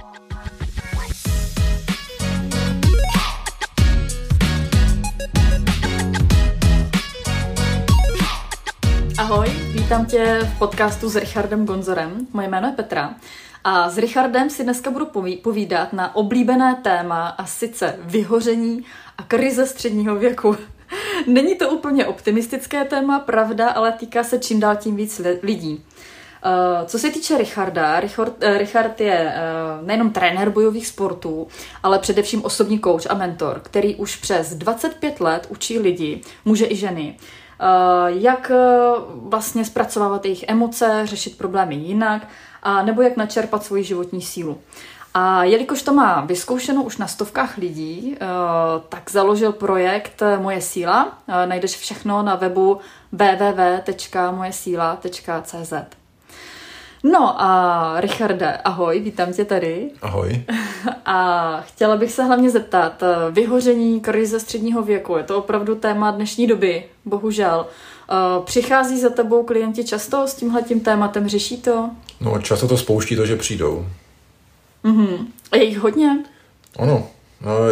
Ahoj, vítám tě v podcastu s Richardem Gonzorem. Moje jméno je Petra a s Richardem si dneska budu povídat na oblíbené téma, a sice vyhoření a krize středního věku. Není to úplně optimistické téma, pravda, ale týká se čím dál tím víc lidí. Co se týče Richarda, Richard je nejenom trenér bojových sportů, ale především osobní coach a mentor, který už přes 25 let učí lidi, muže i ženy, jak vlastně zpracovávat jejich emoce, řešit problémy jinak, a nebo jak načerpat svoji životní sílu. A jelikož to má vyzkoušeno už na stovkách lidí, tak založil projekt Moje síla. Najdeš všechno na webu www.mojesila.cz. No a Richarde, ahoj, vítám tě tady. Ahoj. A chtěla bych se hlavně zeptat, vyhoření, krize středního věku, je to opravdu téma dnešní doby, bohužel. Přichází za tebou klienti často s tímhletím tématem, řeší to? No, často to spouští to, že přijdou. A je jich hodně? Ono, no,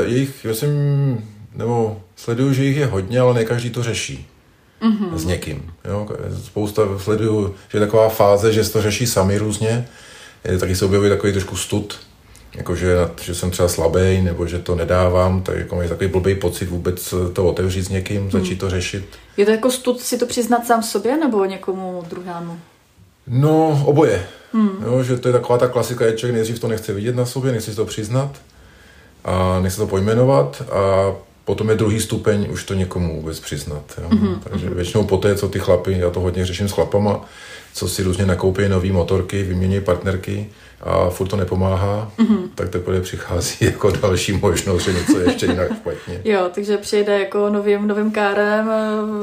sleduju, že jich je hodně, ale ne každý to řeší. S někým. Jo? Spousta sleduju, že je taková fáze, že se to řeší sami různě. Taky se objevuje takový trošku stud, jakože že jsem třeba slabý, nebo že to nedávám, tak jako je takový blbý pocit vůbec to otevřít s někým, začít to řešit. Je to jako stud si to přiznat sám sobě, nebo někomu druhému? No, oboje. Jo, že to je taková ta klasika, že člověk nejdřív to nechce vidět na sobě, nechce si to přiznat a nechce to pojmenovat a potom je druhý stupeň už to někomu vůbec přiznat. Jo. Takže většinou poté, co ty chlapi, já to hodně řeším s chlapama, co si různě nakoupí nový motorky, vymění partnerky a furt to nepomáhá, tak teprve přichází jako další možnost, že něco je ještě jinak špatně. Jo, takže přijde jako novým kárem,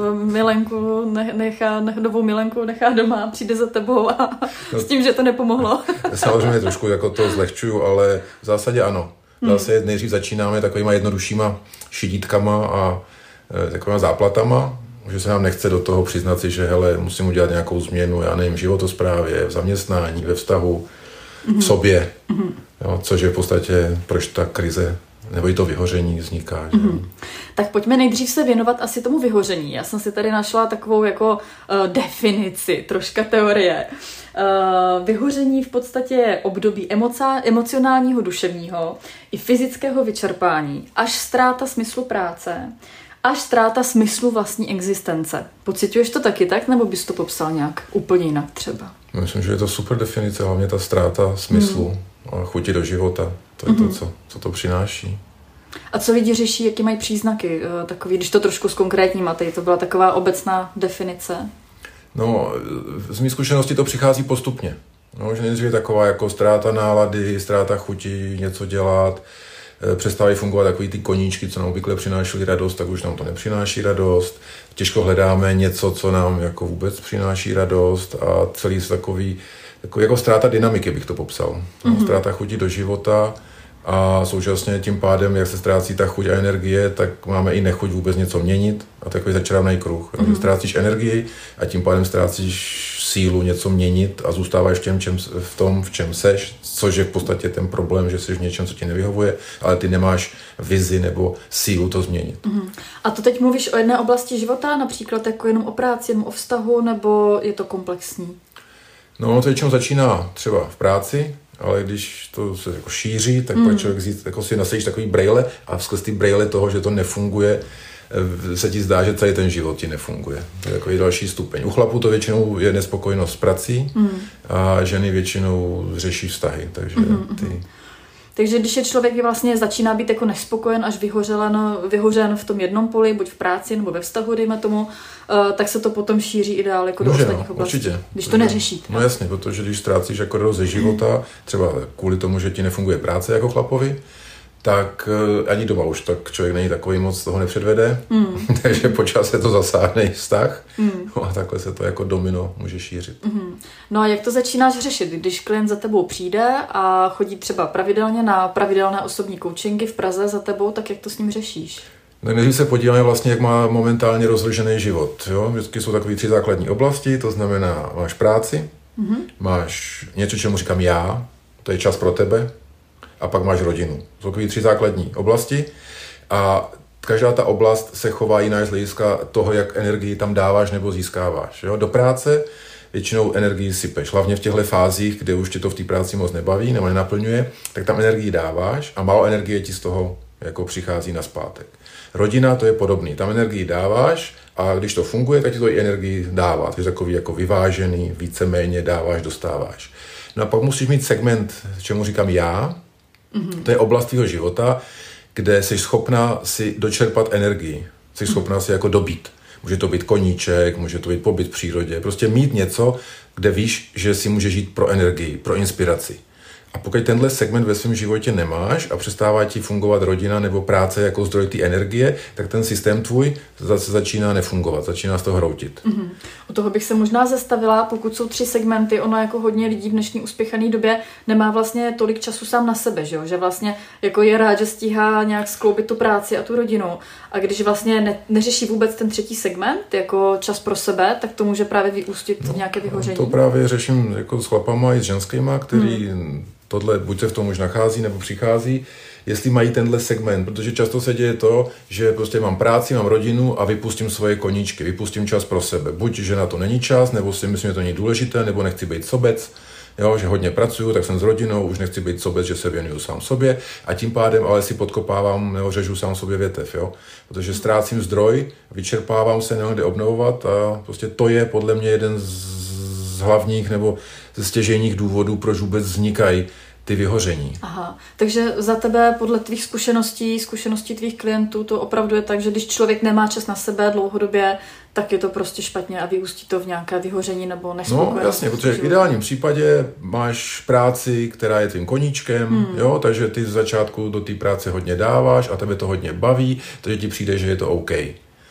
novou milenku nechá doma, přijde za tebou a s tím, že to nepomohlo. Samozřejmě trošku jako to zlehčuju, ale v zásadě ano. Zase nejdřív začínáme takovýma jednoduššíma šidítkama a takovýma záplatama, že se nám nechce do toho přiznat si, že hele, musím udělat nějakou změnu, já nevím, v životosprávě, v zaměstnání, ve vztahu, v sobě, jo, což je v podstatě, proč ta krize nebo i to vyhoření vzniká. Že? Tak pojďme nejdřív se věnovat asi tomu vyhoření. Já jsem si tady našla takovou jako definici, troška teorie. Vyhoření v podstatě je období emocionálního, duševního i fyzického vyčerpání, až ztráta smyslu práce, až ztráta smyslu vlastní existence. Pociťuješ to taky tak, nebo bys to popsal nějak úplně jinak třeba? Myslím, že je to super definice, hlavně ta ztráta smyslu a chuti do života. To je to, co to přináší. A co lidi řeší, jaký mají příznaky takový, když to trošku zkonkrétním, a tady to byla taková obecná definice? No, z mé zkušenosti to přichází postupně. No, že nejdřív je taková jako ztráta nálady, ztráta chuti něco dělat, přestávají fungovat takový ty koníčky, co nám obvykle přinášely radost, tak už nám to nepřináší radost. Těžko hledáme něco, co nám jako vůbec přináší radost a celý takový jako ztráta dynamiky bych to popsal. Ztráta chuti do života a současně tím pádem, jak se ztrácí ta chuť a energie, tak máme i nechuť vůbec něco měnit a takový začarávnej kruh. Ztrácíš energii a tím pádem ztrácíš sílu něco měnit a zůstáváš v tom, v čem seš, což je v podstatě ten problém, že jsi v něčem, co ti nevyhovuje, ale ty nemáš vizi nebo sílu to změnit. A to teď mluvíš o jedné oblasti života, například jako jenom o práci, jenom o vztahu, nebo je to komplexní? No, to většinou začíná třeba v práci, ale když to se jako šíří, tak pak člověk jako si nasadíš takový brejle a skrz ty brejle toho, že to nefunguje, se ti zdá, že celý ten život ti nefunguje. To je takový další stupeň. U chlapů to většinou je nespokojenost s prací a ženy většinou řeší vztahy. Takže když je člověk vlastně začíná být jako nespokojen až vyhořen v tom jednom poli, buď v práci nebo ve vztahu, dejme tomu, tak se to potom šíří i dál jako do ostatních oblastí. Určitě. Když to neřešíte. No jasně, protože když ztrácíš jako radost ze života, třeba kvůli tomu, že ti nefunguje práce jako chlapovi, tak ani doma už tak člověk není takový moc, toho nepředvede, takže po čase to zasáhne i vztah a takhle se to jako domino může šířit. No a jak to začínáš řešit, když klient za tebou přijde a chodí třeba pravidelně na pravidelné osobní coachingy v Praze za tebou, tak jak to s ním řešíš? Tak než se podíváme vlastně, jak má momentálně rozložený život. Jo? Vždycky jsou takové 3 základní oblasti, to znamená, máš práci, máš něco, čemu říkám já, to je čas pro tebe, a pak máš rodinu. To jsou takové 3 základní oblasti a každá ta oblast se chová jinak z hlediska toho, jak energii tam dáváš nebo získáváš. Jo? Do práce většinou energii sypeš, hlavně v těchto fázích, kde už tě to v té práci moc nebaví nebo nenaplňuje, tak tam energii dáváš a málo energie ti z toho jako přichází nazpátek. Rodina, to je podobný, tam energii dáváš a když to funguje, tak ti to i energii dává. To je takový jako vyvážený, víceméně dáváš, dostáváš. No a pak musíš mít segment, čemu říkám já, to je oblast tvýho života, kde jsi schopná si dočerpat energii, jsi schopná si jako dobít. Může to být koníček, může to být pobyt v přírodě, prostě mít něco, kde víš, že si můžeš žít pro energii, pro inspiraci. A pokud tenhle segment ve svém životě nemáš a přestává ti fungovat rodina nebo práce jako zdroj té energie, tak ten systém tvůj zase začíná nefungovat, začíná z toho hroutit. U toho bych se možná zastavila, pokud jsou 3 segmenty, ono jako hodně lidí v dnešní uspěchané době nemá vlastně tolik času sám na sebe, že vlastně jako je rád, že stíhá nějak skloubit tu práci a tu rodinu a když vlastně neřeší vůbec ten 3. segment, jako čas pro sebe, tak to může právě vyústit v nějaké vyhoření. To právě řeším jako s chlapama i s ženskýma, který tohle buď se v tom už nachází nebo přichází, jestli mají tenhle segment, protože často se děje to, že prostě mám práci, mám rodinu a vypustím svoje koníčky, vypustím čas pro sebe. Buď, že na to není čas, nebo si myslím, že to není důležité, nebo nechci být sobec, jo, že hodně pracuju, tak jsem s rodinou, už nechci být sobec, že se věnuju sám sobě a tím pádem ale si podkopávám nebo řežu sám sobě větev, jo, protože ztrácím zdroj, vyčerpávám se, nemám kde obnovovat a prostě to je podle mě jeden z hlavních nebo ze stěžejních důvodů, proč vůbec vznikají ty vyhoření. Aha, takže za tebe podle tvých zkušeností tvých klientů to opravdu je tak, že když člověk nemá čas na sebe dlouhodobě, tak je to prostě špatně a vyústí to v nějaké vyhoření nebo nespokojenost. No jasně, protože v ideálním případě máš práci, která je tvým koníčkem, jo, takže ty z začátku do té práce hodně dáváš a tebe to hodně baví, takže ti přijde, že je to OK.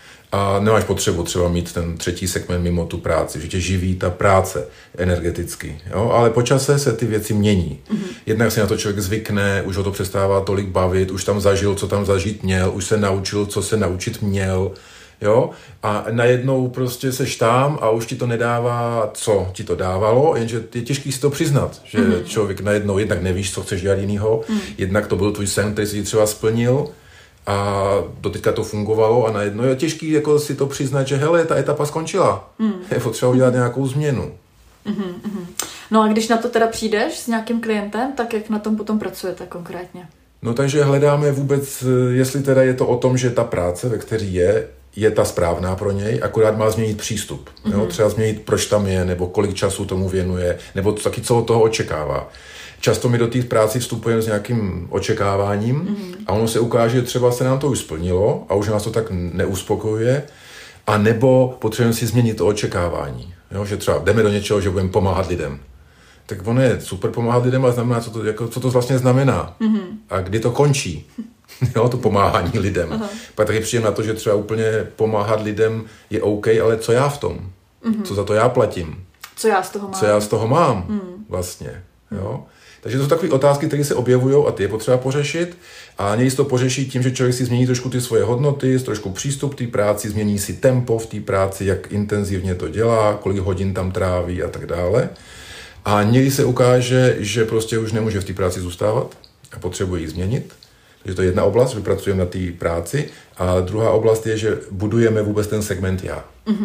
A nemáš potřebu třeba mít ten 3. segment mimo tu práci, že tě živí ta práce energeticky. Jo? Ale po čase se ty věci mění. Jednak si na to člověk zvykne, už ho to přestává tolik bavit, už tam zažil, co tam zažít měl, už se naučil, co se naučit měl. Jo? A najednou prostě seš tam a už ti to nedává, co ti to dávalo, jenže je těžký si to přiznat, že člověk najednou jednak nevíš, co chceš dělat jinýho, jednak to byl tvůj sen, který si ti třeba splnil, a doteďka to fungovalo a najednou je těžký jako si to přiznat, že hele, ta etapa skončila. Je potřeba udělat nějakou změnu. No a když na to teda přijdeš s nějakým klientem, tak jak na tom potom pracujete konkrétně? No takže hledáme vůbec, jestli teda je to o tom, že ta práce, ve které je ta správná pro něj, akorát má změnit přístup. Jo? Třeba změnit, proč tam je, nebo kolik času tomu věnuje, nebo taky co od toho očekává. Často my do té práci vstupujeme s nějakým očekáváním a ono se ukáže, že třeba se nám to už splnilo a už nás to tak neuspokojuje, a nebo potřebujeme si změnit to očekávání. Jo? Že třeba jdeme do něčeho, že budeme pomáhat lidem. Tak ono je super pomáhat lidem, ale znamená, co to vlastně znamená a kdy to končí. Jo, to pomáhání lidem. Pak taky přijde na to, že třeba úplně pomáhat lidem je OK, ale co já v tom? Co za to já platím? Co já z toho mám? Vlastně. Jo? Takže to jsou takové otázky, které se objevují a ty je potřeba pořešit. A někdy to pořeší tím, že člověk si změní trošku ty svoje hodnoty, trošku přístup k té práci, změní si tempo v té práci, jak intenzivně to dělá, kolik hodin tam tráví a tak dále. A někdy se ukáže, že prostě už nemůže v té práci zůstávat a potřebuje ji změnit. Takže to je jedna oblast, že pracujeme na té práci. A druhá oblast je, že budujeme vůbec ten segment já.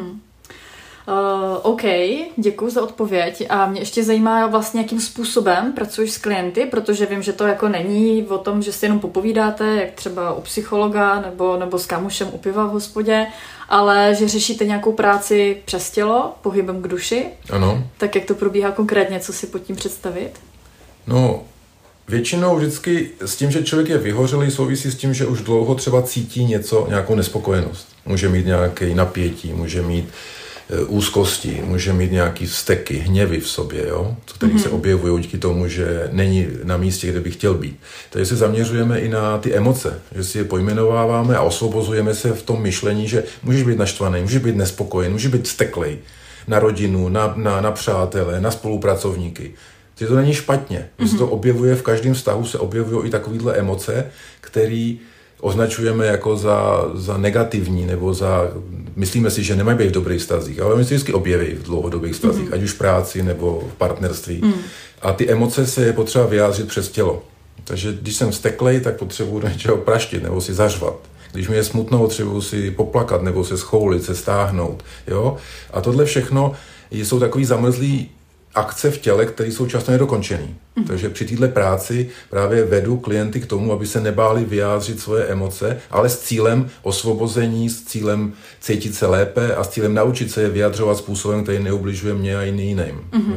OK, děkuji za odpověď a mě ještě zajímá vlastně, jakým způsobem pracuješ s klienty, protože vím, že to jako není o tom, že si jenom popovídáte, jak třeba u psychologa nebo s kámošem u piva v hospodě, ale že řešíte nějakou práci přes tělo, pohybem k duši. Ano. Tak jak to probíhá konkrétně, co si pod tím představit? No, většinou vždycky s tím, že člověk je vyhořelý, souvisí s tím, že už dlouho třeba cítí nějakou nespokojenost. Může mít nějaké napětí, může mít úzkosti, může mít nějaký vzteky, hněvy v sobě, jo? Které se objevují díky tomu, že není na místě, kde by chtěl být. Takže se zaměřujeme i na ty emoce, že si je pojmenováváme a osvobozujeme se v tom myšlení, že můžeš být naštvaný, můžeš být nespokojený, můžeš být vzteklej na rodinu, na přátele, na spolupracovníky. Takže to není špatně. Že se to objevuje v každém vztahu, se objevují i takovéhle emoce, které označujeme jako za negativní, nebo myslíme si, že nemají být v dobrých vztazích, ale oni se vždycky objeví v dlouhodobých vztazích, ať už v práci nebo v partnerství. A ty emoce se je potřeba vyjádřit přes tělo. Takže když jsem vzteklej, tak potřebuji do něčeho praštit nebo si zařvat. Když mi je smutno, potřebuji si poplakat nebo se schoulit, se stáhnout. Jo? A tohle všechno jsou takový zamrzlý akce v těle, které jsou často nedokončený. Takže při této práci právě vedu klienty k tomu, aby se nebáli vyjádřit svoje emoce, ale s cílem osvobození, s cílem cítit se lépe a s cílem naučit se je vyjadřovat způsobem, který neubližuje mě a jiným.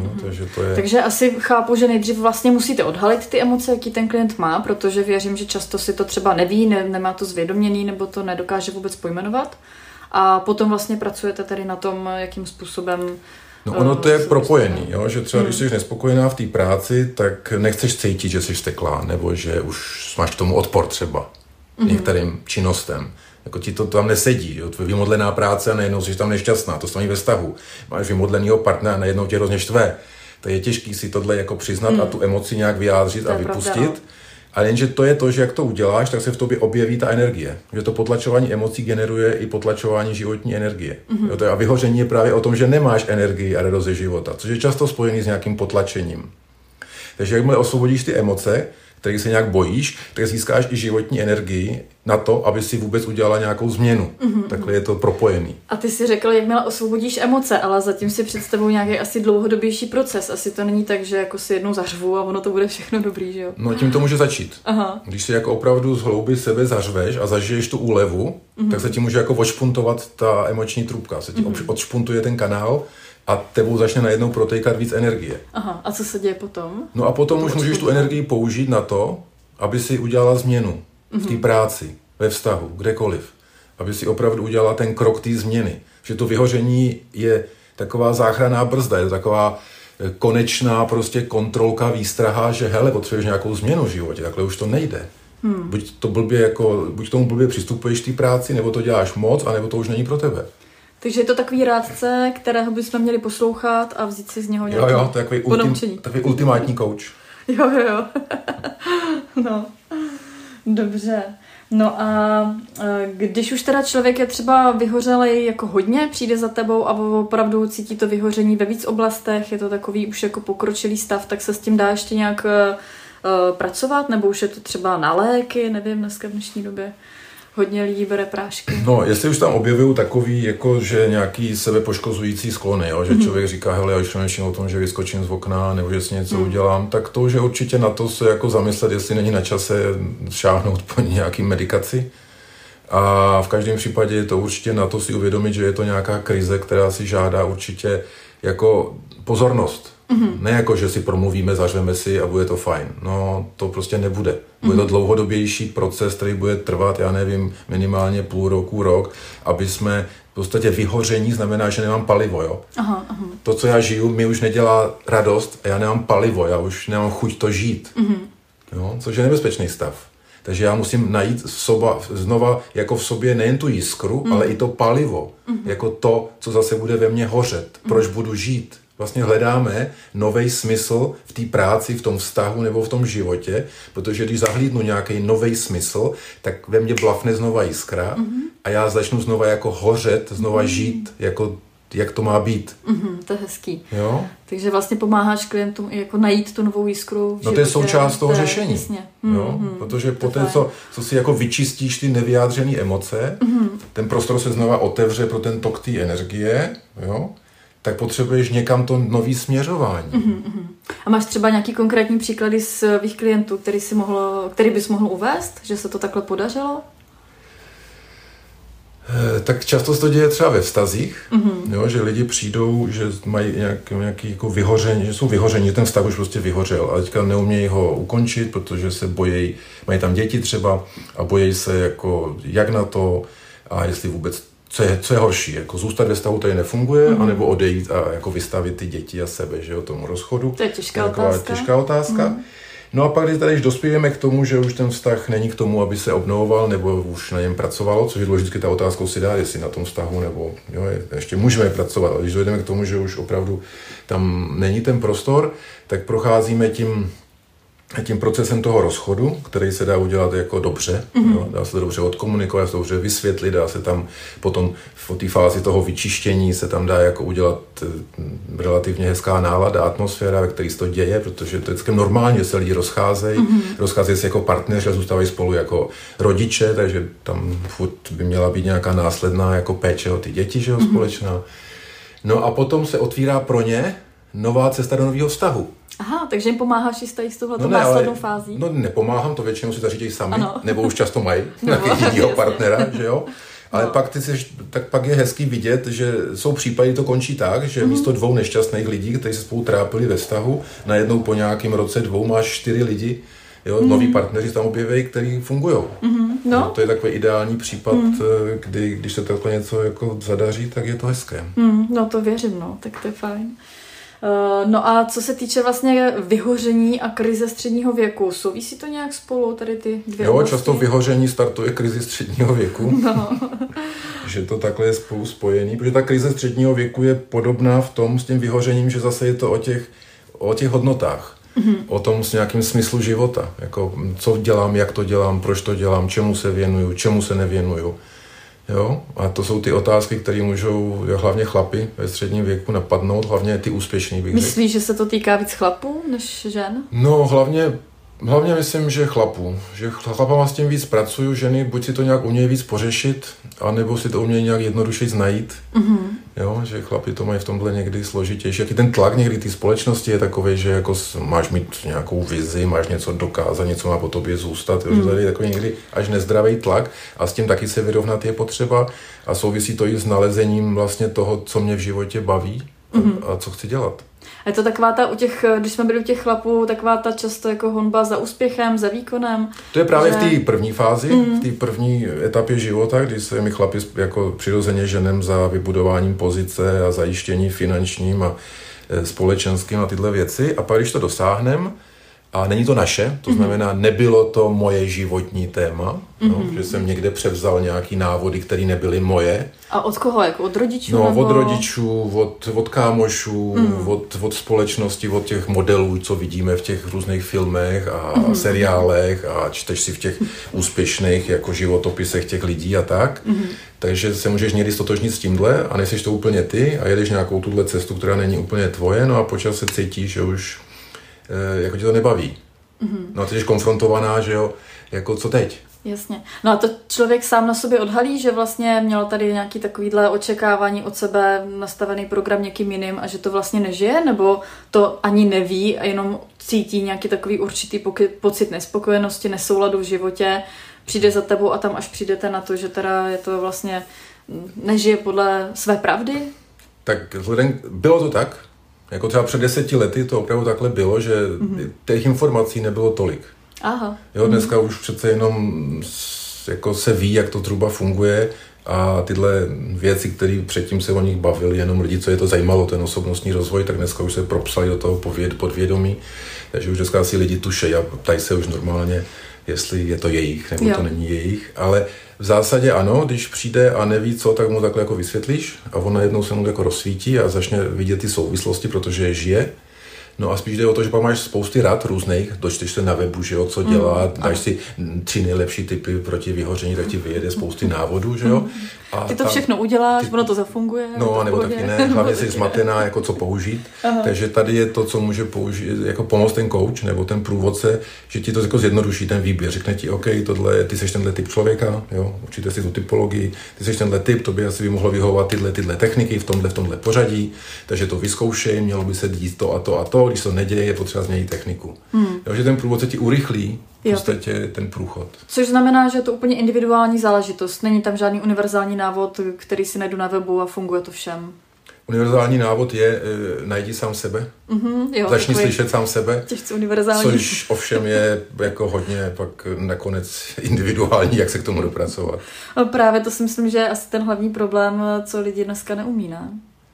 Takže asi chápu, že nejdřív vlastně musíte odhalit ty emoce, jaký ten klient má, protože věřím, že často si to třeba neví, nemá to zvědoměný nebo to nedokáže vůbec pojmenovat. A potom vlastně pracujete tady na tom, jakým způsobem. No ono to je propojený, jo? Že třeba když jsi nespokojená v té práci, tak nechceš cítit, že jsi vzteklá, nebo že už máš k tomu odpor třeba některým činnostem. Jako ti to tam nesedí, jo? Tvoje vymodlená práce a najednou jsi tam nešťastná, to samé ve vztahu. Máš vymodlenýho partnera a najednou tě hrozně štve. To je těžký si tohle jako přiznat a tu emoci nějak vyjádřit a vypustit. Pravda, no. Ale jenže to je to, že jak to uděláš, tak se v tobě objeví ta energie. Že to potlačování emocí generuje i potlačování životní energie. Jo, a vyhoření je právě o tom, že nemáš energii a radost ze života, což je často spojený s nějakým potlačením. Takže jakmile osvobodíš ty emoce, kterých se nějak bojíš, tak získáš i životní energii na to, aby si vůbec udělala nějakou změnu. Takhle je to propojený. A ty si řekl, jakmile osvobodíš emoce, ale zatím si představuji nějaký asi dlouhodobější proces. Asi to není tak, že jako si jednou zařvu a ono to bude všechno dobrý, že jo? No tím to může začít. Aha. Když si jako opravdu z hlouby sebe zařveš a zažiješ tu úlevu, tak se ti může jako odšpuntovat ta emoční trubka. Se ti odšpuntuje ten kanál a tebou začne najednou protékat víc energie. Aha, a co se děje potom? No a potom už můžeš tu energii použít na to, aby si udělala změnu v té práci, ve vztahu, kdekoliv. Aby si opravdu udělala ten krok té změny. Že to vyhoření je taková záchranná brzda, je to taková konečná prostě kontrolka, výstraha, že hele, potřebuješ nějakou změnu v životě, takhle už to nejde. Buď k tomu blbě přistupuješ k té práci, nebo to děláš moc, anebo to už není pro tebe. Takže je to takový rádce, kterého bychom měli poslouchat a vzít si z něho nějaké ponaučení. Takový ultimátní coach. Jo. No, dobře. No a když už teda člověk je třeba vyhořelej jako hodně, přijde za tebou a opravdu cítí to vyhoření ve víc oblastech, je to takový už jako pokročilý stav, tak se s tím dá ještě nějak pracovat, nebo už je to třeba na léky, nevím, dneska v dnešní době. Hodně lidí bere prášky. No, jestli už tam objevují takový, jako, že nějaký sebepoškozující sklony, jo? Že člověk říká, hele, já už přemýšlím o tom, že vyskočím z okna, nebo že si něco udělám, tak to už je určitě na to se jako zamyslet, jestli není na čase šáhnout po nějaký medikaci. A v každém případě je to určitě na to si uvědomit, že je to nějaká krize, která si žádá určitě jako pozornost. Ne jako, že si promluvíme, zařveme si a bude to fajn. No, to prostě nebude. Bude to dlouhodobější proces, který bude trvat, já nevím, minimálně půl roku, rok, aby jsme v podstatě vyhoření znamená, že nemám palivo, jo. Aha. To, co já žiju, mi už nedělá radost a já nemám palivo, já už nemám chuť to žít. Jo? Což je nebezpečný stav. Takže já musím najít znova jako v sobě nejen tu jiskru, ale i to palivo. Jako to, co zase bude ve mně hořet. Proč budu žít? Vlastně hledáme nový smysl v té práci, v tom vztahu nebo v tom životě, protože když zahlídnu nějaký nový smysl, tak ve mně blafne znova jiskra a já začnu znova jako hořet, znova žít, jako jak to má být. To je hezký. Jo? Takže vlastně pomáháš klientům i jako najít tu novou jiskru v životě. No to je součást toho řešení. Jo? Protože poté, co si jako vyčistíš ty nevyjádřené emoce, ten prostor se znova otevře pro ten tok té energie, jo? Tak potřebuješ někam to nový směřování. A máš třeba nějaký konkrétní příklady svých klientů, který bys mohl uvést, že se to takhle podařilo? Tak často se to děje třeba ve vztazích, jo, že lidi přijdou, že mají nějaký jako vyhoření, že jsou vyhoření, že ten vztah už prostě vyhořel a teďka neumějí ho ukončit, protože se bojí, mají tam děti třeba a bojí se jako jak na to a jestli vůbec co je horší, jako zůstat ve vztahu, tady nefunguje, anebo odejít a jako vystavit ty děti a sebe, že jo, tomu rozchodu. To je těžká otázka. No a pak, když dospějeme k tomu, že už ten vztah není k tomu, aby se obnovoval, nebo už na něm pracovalo, což je důležité ta otázkou si dát, jestli na tom vztahu, nebo jo, ještě můžeme pracovat, ale když dojdeme k tomu, že už opravdu tam není ten prostor, tak procházíme tím tím procesem toho rozchodu, který se dá udělat jako dobře, jo, dá se to dobře odkomunikovat, dá se to dobře vysvětlit, dá se tam potom v té fázi toho vyčištění se tam dá jako udělat relativně hezká nálada, atmosféra, ve které se to děje, protože to je vždycky normálně, že se lidi rozcházejí, rozcházejí se jako partneři a zůstávají spolu jako rodiče, takže tam furt by měla být nějaká následná jako péče o ty děti, že jo, společná. No a potom se otvírá pro ně nová cesta do nového vztahu. Aha, takže jim pomáháš i s touhletou následnou fází? No nepomáhám, to většinou si zařídějí sami, nebo už často mají nějakého partnera, že jo? Ale pak je hezký vidět, že jsou případy, to končí tak, že místo 2 nešťastných lidí, kteří se spolu trápili ve vztahu, najednou po nějakém roce 2 máš 4 lidi, jo, noví partneři tam objeví, který fungují. No. To je takový ideální případ, kdy, když se takhle něco jako zadaří, tak je to hezké. No to věřím, no, tak to je fajn. No a co se týče vlastně vyhoření a krize středního věku, souvisí to nějak spolu, tady ty dvě oblasti? Často vyhoření startuje krizi středního věku, že to takhle je spolu spojený, protože ta krize středního věku je podobná v tom s tím vyhořením, že zase je to o těch hodnotách, o tom s nějakým smyslu života, jako co dělám, jak to dělám, proč to dělám, čemu se věnuju, čemu se nevěnuju. Jo? A to jsou ty otázky, které můžou hlavně chlapi ve středním věku napadnout, hlavně ty úspěšný. Myslíš, že se to týká víc chlapů než žen? No, hlavně myslím, že chlapů. Že chlapama s tím víc pracuju, ženy buď si to nějak umějí víc pořešit, anebo si to umějí nějak jednodušeji najít. Jo, že chlapi to mají v tomhle někdy složitější. Jaký ten tlak někdy té společnosti je takový, že jako máš mít nějakou vizi, máš něco dokázat, něco má po tobě zůstat. Jo, že tady je takový někdy až nezdravý tlak a s tím taky se vyrovnat je potřeba a souvisí to i s nalezením vlastně toho, co mě v životě baví a co chci dělat. A je to taková ta když jsme byli u těch chlapů, taková ta často jako honba za úspěchem, za výkonem. To je právě v té první fázi, v té první etapě života, kdy se my chlapi jako přirozeně ženem za vybudováním pozice a zajištění finančním a společenským a tyhle věci. A pak, když to dosáhneme, a není to naše, to znamená, nebylo to moje životní téma, že jsem někde převzal nějaký návody, které nebyly moje. A od koho? Jako od rodičů? No, nebo... od rodičů, od kámošů, od společnosti, od těch modelů, co vidíme v těch různých filmech a seriálech a čteš si v těch úspěšných jako životopisech těch lidí a tak. Takže se můžeš někdy stotožnit s tímhle a nejseš to úplně ty a jedeš nějakou tuhle cestu, která není úplně tvoje, no a počas se cítíš, že už jako tě to nebaví. No a ty jsi konfrontovaná, že jo, jako co teď? Jasně. No a to člověk sám na sobě odhalí, že vlastně mělo tady nějaký takovýhle očekávání od sebe, nastavený program někým jiným a že to vlastně nežije, nebo to ani neví a jenom cítí nějaký takový určitý pocit nespokojenosti, nesouladu v životě, přijde za tebou a tam až přijdete na to, že teda je to vlastně nežije podle své pravdy? Tak bylo to tak, jako třeba před 10 lety to opravdu takhle bylo, že těch informací nebylo tolik. Aha. Jo, dneska už přece jenom jako se ví, jak to zhruba funguje a tyhle věci, které předtím se o nich bavili, jenom lidi, co je to zajímalo, ten osobnostní rozvoj, tak dneska už se propsali do toho podvědomí, takže už dneska asi lidi tušejí a ptají se už normálně, jestli je to jejich, nebo to není jejich, ale v zásadě ano, když přijde a neví co, tak mu takhle jako vysvětlíš a on najednou se mu jako rozsvítí a začne vidět ty souvislosti, protože je žije. No a spíš jde o to, že pak máš spousty rad různých, dočteš se na webu, že jo, co dělat, dáš si 3 nejlepší tipy proti vyhoření, tak ti vyjede spousty návodů, že jo. A ty to všechno uděláš, ono to zafunguje. No, nebo taky ne, hlavně jsi zmatená, jako co použít. Aha. Takže tady je to, co může použít, jako pomoct ten coach nebo ten průvodce, že ti to jako zjednoduší ten výběr. Řekne ti, OK, tohle, ty seš tenhle typ člověka, jo, určitě si tu typologii, ty seš tenhle typ, tobě asi by mohlo vyhovovat tyhle techniky v tomhle pořadí, takže to vyzkoušej, mělo by se dít to a to a to, když to neděje, je potřeba změnit techniku. Jo, že ten průvodce ti urychlí v podstatě ten průchod. Což znamená, že je to úplně individuální záležitost. Není tam žádný univerzální návod, který si najdu na webu a funguje to všem. Univerzální návod je najdi sám sebe. Začni slyšet sám sebe. Těžce univerzální. Což ovšem je jako hodně pak nakonec individuální, jak se k tomu dopracovat. No právě to si myslím, že je asi ten hlavní problém, co lidi dneska neumí, ne?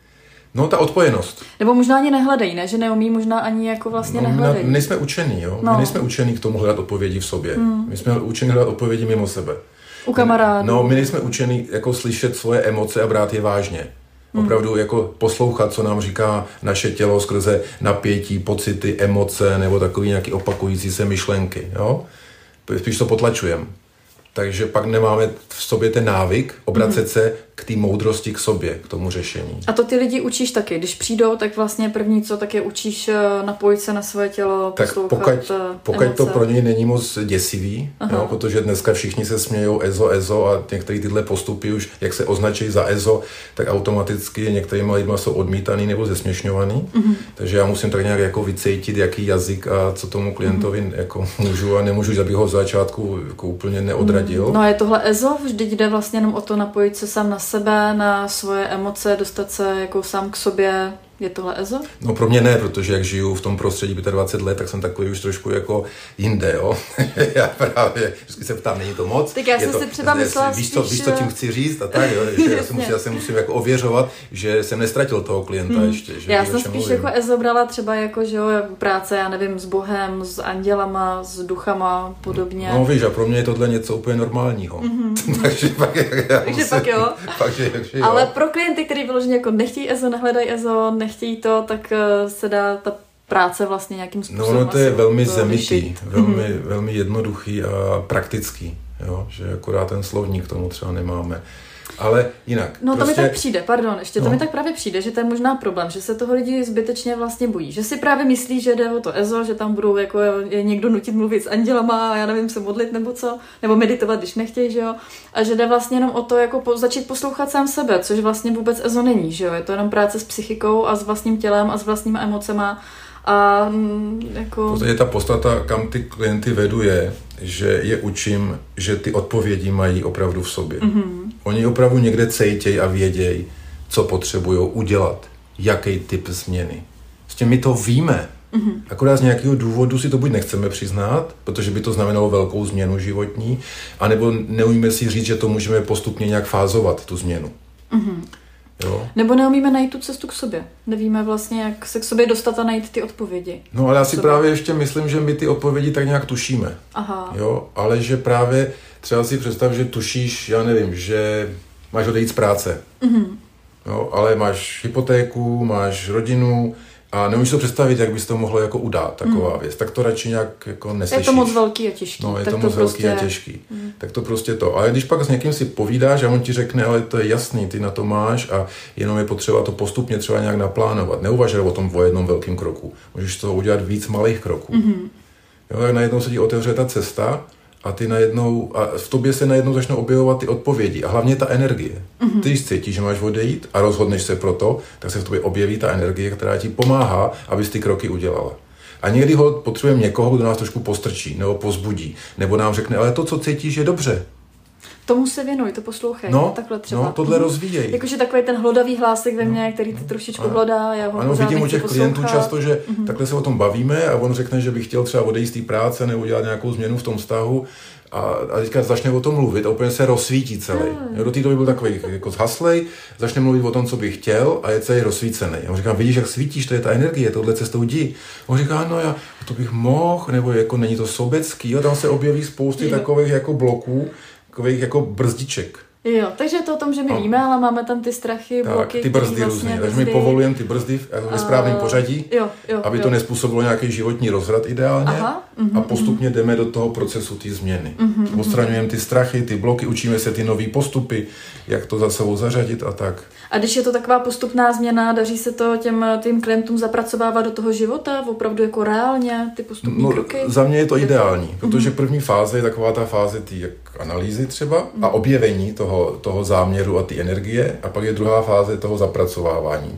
No, ta odpojenost. Nebo možná ani nehledají, ne? Že neumí, možná ani jako vlastně nehledají. My nejsme učení, jo? My nejsme učení k tomu hledat odpovědi v sobě. My jsme učení hledat odpovědi mimo sebe. U kamarádů. No, my nejsme učení jako slyšet svoje emoce a brát je vážně. Opravdu jako poslouchat, co nám říká naše tělo skrze napětí, pocity, emoce nebo takový nějaký opakující se myšlenky. Jo? Spíš to potlačujeme. Takže pak nemáme v sobě ten návyk obracet se k té moudrosti k sobě, k tomu řešení. A to ty lidi učíš taky. Když přijdou, tak vlastně první co, tak je učíš napojit se na svoje tělo, poslouchat pokud to pro něj není moc děsivý, jo, protože dneska všichni se smějou EZO a některé tyhle postupy už, jak se označí za EZO, tak automaticky některými lidmi jsou odmítaný nebo zesměšňovaný. Takže já musím tak nějak jako vycítit, jaký jazyk a co tomu klientovi jako můžu a nemůžu, abych ho v začátku jako úplně neodradil. No a je tohle EZO? Vždyť jde vlastně jenom o to napojit se sám na sebe, na svoje emoce, dostat se jako sám k sobě. Je tohle EZO? No pro mě ne, protože jak žiju v tom prostředí 25 let, tak jsem takový už trošku jako jinde, jo. Já právě vždycky se ptám, není to moc? Tak já jsem si třeba myslela víš, co tím chci říct a tak, jo. Já se musím jako ověřovat, že jsem nestratil toho klienta ještě. Že já jsem spíš jako EZO brala třeba jako, že jo, práce, já nevím, s Bohem, s andělama, s duchama, podobně. No víš, a pro mě je tohle něco úplně normálního. Takže pak jo. jo. Ale pro klienty, kteří vyloženě jako nechtějí EZO, nehledají EZO, nechtějí to, tak se dá ta práce vlastně nějakým způsobem. No to je velmi zemitý, velmi jednoduchý a praktický, jo? Že akorát ten slovník tomu třeba nemáme. Ale jinak. No to mi tak přijde, to mi tak právě přijde, že to je možná problém, že se toho lidi zbytečně vlastně bojí. Že si právě myslí, že jde o to EZO, že tam budou jako je někdo nutit mluvit s andělama a já nevím, se modlit nebo co, nebo meditovat, když nechtějí, že jo. A že jde vlastně jenom o to jako začít poslouchat sám sebe, což vlastně vůbec EZO není, že jo. Je to jenom práce s psychikou a s vlastním tělem a s vlastními emocema. A jako... To je ta podstata, kam ty klienty vedu, je, že je učím, že ty odpovědi mají opravdu v sobě. Oni opravdu někde cítějí a vědějí, co potřebují udělat, jaký typ změny. S tím my to víme. Akorát z nějakého důvodu si to buď nechceme přiznat, protože by to znamenalo velkou změnu životní, anebo neumíme si říct, že to můžeme postupně nějak fázovat, tu změnu. Jo? Nebo neumíme najít tu cestu k sobě. Nevíme vlastně, jak se k sobě dostat a najít ty odpovědi. No ale já si právě ještě myslím, že my ty odpovědi tak nějak tušíme. Aha. Jo? Ale že právě třeba si představ, že tušíš, já nevím, že máš odejít z práce. Jo? Ale máš hypotéku, máš rodinu a nemůžeš to představit, jak bys to mohlo jako udát, taková věc. Tak to radši nějak jako neslyšíš. Je to moc velký a těžký. No, je to moc velký a těžký. Tak to prostě to. Ale když pak s někým si povídáš a on ti řekne, ale to je jasný, ty na to máš a jenom je potřeba to postupně třeba nějak naplánovat. Neuvažuj o tom o jednom velkém kroku. Můžeš to udělat víc malých kroků. Jo, tak najednou se ti otevře ta cesta a ty najednou, a v tobě se najednou začnou objevovat ty odpovědi a hlavně ta energie. Ty když cítíš, že máš odejít a rozhodneš se pro to, tak se v tobě objeví ta energie, která ti pomáhá, abys ty kroky udělala. A někdy potřebujeme někoho, kdo nás trošku postrčí nebo pozbudí, nebo nám řekne, ale to, co cítíš, je dobře. Tomu se věnuj, to poslouchej. No, takhle třeba. No, tohle rozvíjej. Jakože takový ten hlodavý hlásek ve mně, který ty trošičku hlodá, já ho ano, vidím u těch klientů často, že takhle se o tom bavíme a on řekne, že by chtěl třeba odejít z té práce nebo udělat nějakou změnu v tom vztahu a teďka začne o tom mluvit a úplně se rozsvítí celý. Do té doby byl takový jako zhaslej, začne mluvit o tom, co by chtěl a je celý rozsvícený. A on říká, vidíš, jak svítíš, to je ta energie, tohle cestou jdi. On říká, no já to bych mohl, nebo jako není to sobecký, a tam se objeví spousty takových jako bloků, takových jako brzdiček. Jo, takže je to o tom, že my víme, ale máme tam ty strachy, bloky. Tak, ty brzdy vlastně různě. Takže my povolujeme ty brzdy ve správném pořadí, aby to nezpůsobilo nějaký životní rozvrat ideálně. A postupně jdeme do toho procesu té změny. Odstraňujeme ty strachy, ty bloky, učíme se ty nový postupy, jak to za sebou zařadit a tak. A když je to taková postupná změna, daří se to těm klientům zapracovávat do toho života, opravdu jako reálně, ty postupné kroky? Za mě je to ideální, protože první fáze je taková ta fáze té analýzy třeba a objevení toho záměru a ty energie a pak je druhá fáze toho zapracovávání,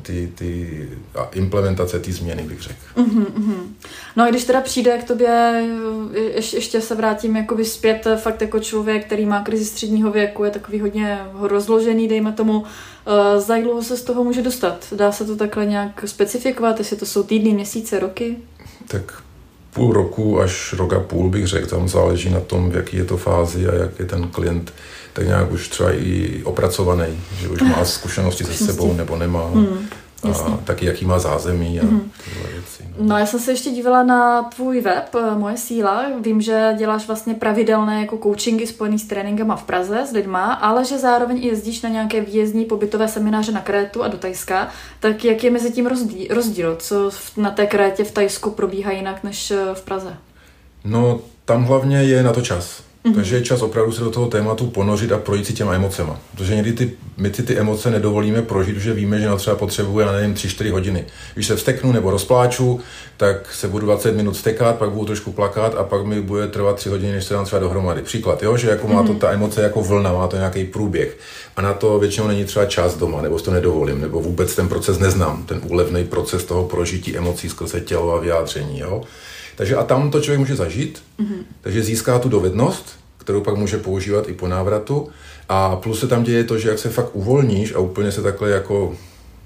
a implementace té změny, bych řekl. No a když teda přijde k tobě, ještě se vrátím jakoby zpět, fakt jako člověk, který má krizi středního věku, je takový hodně rozložený, dejme tomu, za jak dlouho se z toho může dostat? Dá se to takhle nějak specifikovat, jestli to jsou týdny, měsíce, roky? Tak půl roku až rok a půl bych řekl, tam záleží na tom, v jaký je to fázi a jak je ten klient tak nějak už třeba i opracovaný, že už má zkušenosti se sebou nebo nemá. a taky jaký má zázemí a tyhle věci. No já jsem se ještě dívala na tvůj web, Moje síla. Vím, že děláš vlastně pravidelné jako coachingy spojený s tréninkama v Praze s lidma, ale že zároveň i jezdíš na nějaké výjezdní pobytové semináře na Krétu a do Thajska. Tak jak je mezi tím rozdíl? Co na té Krétě v Thajsku probíhá jinak než v Praze? No tam hlavně je na to čas. Takže je čas opravdu se do toho tématu ponořit a projít si těma emocema. Protože někdy my ty emoce nedovolíme prožít, protože víme, že třeba potřebuje, 3-4 hodiny. Když se vzteknu nebo rozpláču, tak se budu 20 minut vztekat, pak budu trošku plakat a pak mi bude trvat 3 hodiny, než se dám třeba dohromady. Příklad, jo, že jako má to ta emoce jako vlna, má to nějaký průběh. A na to většinou není třeba čas doma, nebo si to nedovolím, nebo vůbec ten proces neznám, ten úlevný proces toho prožití emocí skrze tělo a vyjádření, jo. Takže a tam to člověk může zažít, takže získá tu dovednost, kterou pak může používat i po návratu. A plus se tam děje to, že jak se fakt uvolníš a úplně se takhle jako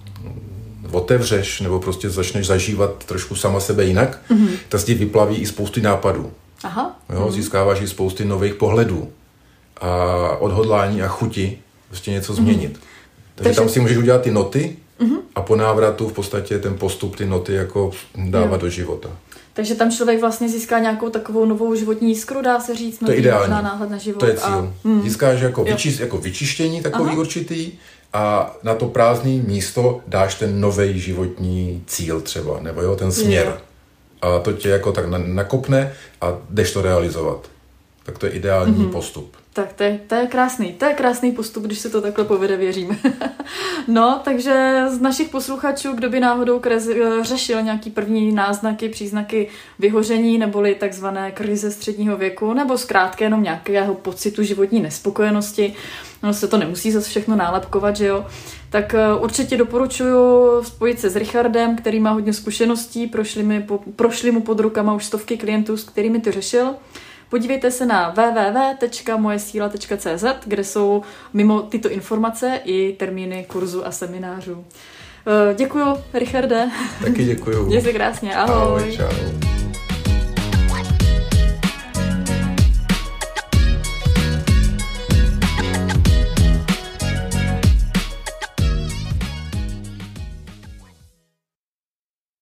otevřeš, nebo prostě začneš zažívat trošku sama sebe jinak, tak ti vyplaví i spousty nápadů. Aha. Jo, získáváš i spousty nových pohledů a odhodlání a chuti prostě něco změnit. Takže tam si můžeš udělat ty noty a po návratu v podstatě ten postup ty noty jako dávat do života. Takže tam člověk vlastně získá nějakou takovou novou životní jiskru, dá se říct, to je ideální. Náhled na život. To je cíl. Získáš jako vyčištění takový určitý a na to prázdné místo dáš ten nový životní cíl třeba, nebo ten směr. A to tě jako tak nakopne a jdeš to realizovat. Tak to je ideální postup. Tak to je krásný postup, když se to takhle povede, věřím. No, takže z našich posluchačů, kdo by náhodou řešil nějaký první náznaky, příznaky vyhoření, neboli takzvané krize středního věku, nebo zkrátka jenom nějakého pocitu životní nespokojenosti, no se to nemusí zase všechno nálepkovat, že jo, tak určitě doporučuji spojit se s Richardem, který má hodně zkušeností, prošli mu pod rukama už stovky klientů, s kterými to řešil. Podívejte se na www.mojesila.cz, kde jsou mimo tyto informace i termíny kurzu a seminářů. Děkuju, Richarde. Taky děkuju. Měj se krásně, ahoj. Ahoj, čau.